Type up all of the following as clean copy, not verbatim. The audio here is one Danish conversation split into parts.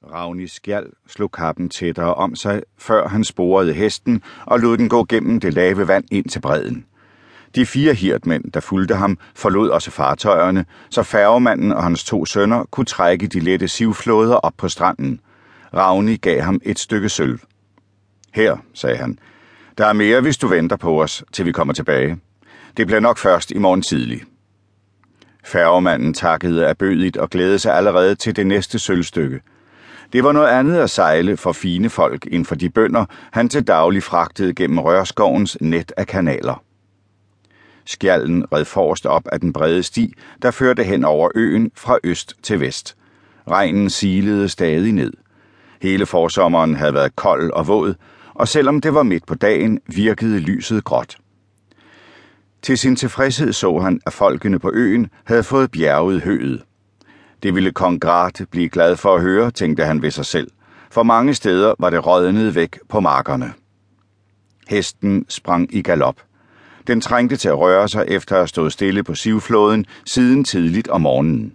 Ravni Skjald slog kappen tættere om sig, før han sporede hesten og lod den gå gennem det lave vand ind til bredden. De 4 hirdmænd, der fulgte ham, forlod også fartøjerne, så færgemanden og hans 2 sønner kunne trække de lette sivflåder op på stranden. Ravni gav ham et stykke sølv. Her, sagde han. Der er mere, hvis du venter på os, til vi kommer tilbage. Det bliver nok først i morgen tidlig. Færgemanden takkede ærbødigt og glædede sig allerede til det næste sølvstykke. Det var noget andet at sejle for fine folk end for de bønder, han til daglig fragtede gennem Rørskovens net af kanaler. Skjalden red forrest op ad den brede sti, der førte hen over øen fra øst til vest. Regnen silede stadig ned. Hele forsommeren havde været kold og våd, og selvom det var midt på dagen, virkede lyset gråt. Til sin tilfredshed så han, at folkene på øen havde fået bjerget høet. Det ville kong Grate blive glad for at høre, tænkte han ved sig selv, for mange steder var det rådnet væk på markerne. Hesten sprang i galop. Den trængte til at røre sig efter at have stået stille på sivflåden siden tidligt om morgenen.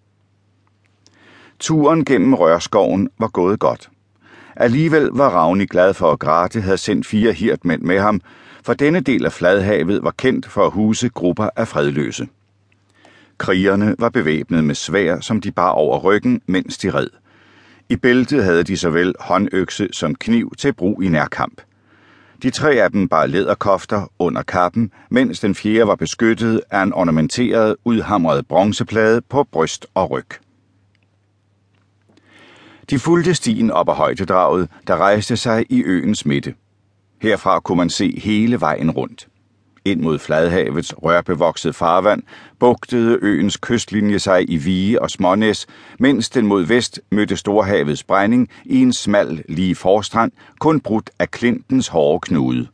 Turen gennem Rørskoven var gået godt. Alligevel var Ravni glad for, at Grate havde sendt 4 hirdmænd med ham, for denne del af Fladhavet var kendt for at huse grupper af fredløse. Krigerne var bevæbnet med sværd, som de bar over ryggen, mens de red. I bæltet havde de såvel håndøkse som kniv til brug i nærkamp. De 3 af dem bar læderkofter under kappen, mens den 4. var beskyttet af en ornamenteret, udhamret bronzeplade på bryst og ryg. De fulgte stien op ad højdedraget, der rejste sig i øens midte. Herfra kunne man se hele vejen rundt. Ind mod Fladhavets rørbevoksede farvand bugtede øens kystlinje sig i vige og smånæs, mens den mod vest mødte Storhavets brænding i en smal, lige forstrand, kun brudt af klintens hårde knude.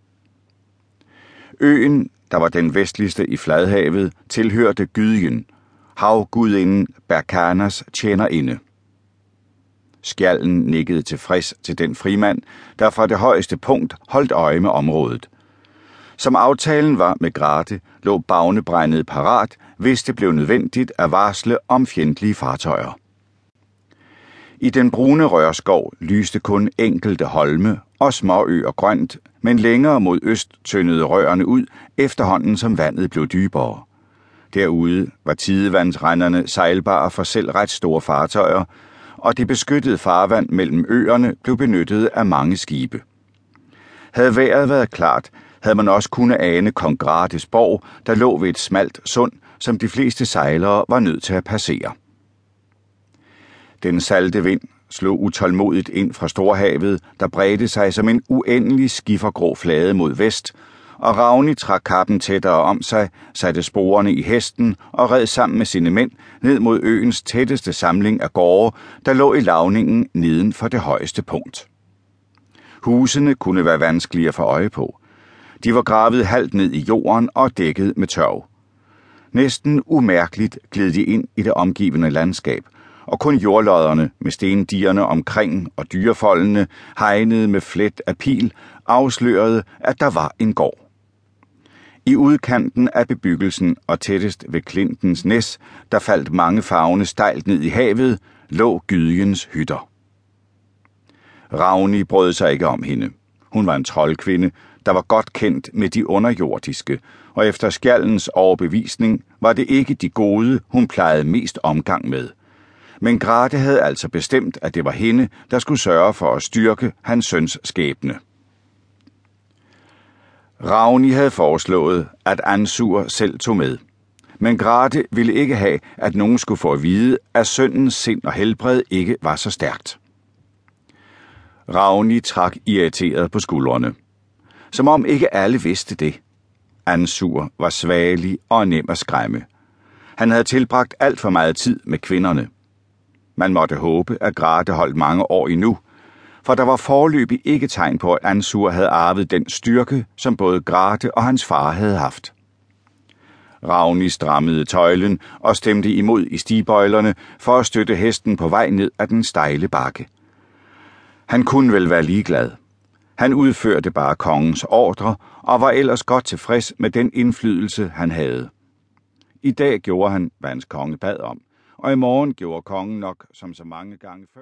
Øen, der var den vestligste i Fladhavet, tilhørte Gydjen, havgudinden Berkanas tjenerinde. Skjalden nikkede tilfreds til den frimand, der fra det højeste punkt holdt øje med området. Som aftalen var med Grate, lå Bavnebrændet parat, hvis det blev nødvendigt at varsle om fjendtlige fartøjer. I den brune rørskov lyste kun enkelte holme og småøer grønt, men længere mod øst tyndede rørene ud, efterhånden som vandet blev dybere. Derude var tidevandsrenderne sejlbare for selv ret store fartøjer, og det beskyttede farvand mellem øerne blev benyttet af mange skibe. Havde vejret været klart, havde man også kunnet ane kong Grates borg, der lå ved et smalt sund, som de fleste sejlere var nødt til at passere. Den salte vind slog utålmodigt ind fra Storhavet, der bredte sig som en uendelig skifergrå flade mod vest, og Ravni trak kappen tættere om sig, satte sporene i hesten og red sammen med sine mænd ned mod øens tætteste samling af gårde, der lå i lavningen neden for det højeste punkt. Husene kunne være vanskelige at få øje på. De var gravet halvt ned i jorden og dækket med tørv. Næsten umærkeligt gled de ind i det omgivende landskab, og kun jordlodderne med stendierne omkring og dyrefoldene, hegnet med flet af pil, afslørede, at der var en gård. I udkanten af bebyggelsen og tættest ved Klintens næs, der faldt mange favne stejlt ned i havet, lå Gydjens hytter. Ravni brød sig ikke om hende. Hun var en troldkvinde, der var godt kendt med de underjordiske, og efter Skjaldens overbevisning var det ikke de gode, hun plejede mest omgang med. Men Grate havde altså bestemt, at det var hende, der skulle sørge for at styrke hans søns skæbne. Ravni havde foreslået, at Ansur selv tog med. Men Grate ville ikke have, at nogen skulle få at vide, at sønnens sind og helbred ikke var så stærkt. Ravni trak irriteret på skuldrene. Som om ikke alle vidste det. Ansur var svagelig og nem at skræmme. Han havde tilbragt alt for meget tid med kvinderne. Man måtte håbe, at Grate holdt mange år endnu, for der var foreløbig ikke tegn på, at Ansur havde arvet den styrke, som både Grate og hans far havde haft. Ravni strammede tøjlen og stemte imod i stigbøjlerne for at støtte hesten på vej ned ad den stejle bakke. Han kunne vel være ligeglad. Han udførte bare kongens ordre og var ellers godt tilfreds med den indflydelse, han havde. I dag gjorde han, hvad hans konge bad om, og i morgen gjorde kongen nok som så mange gange før.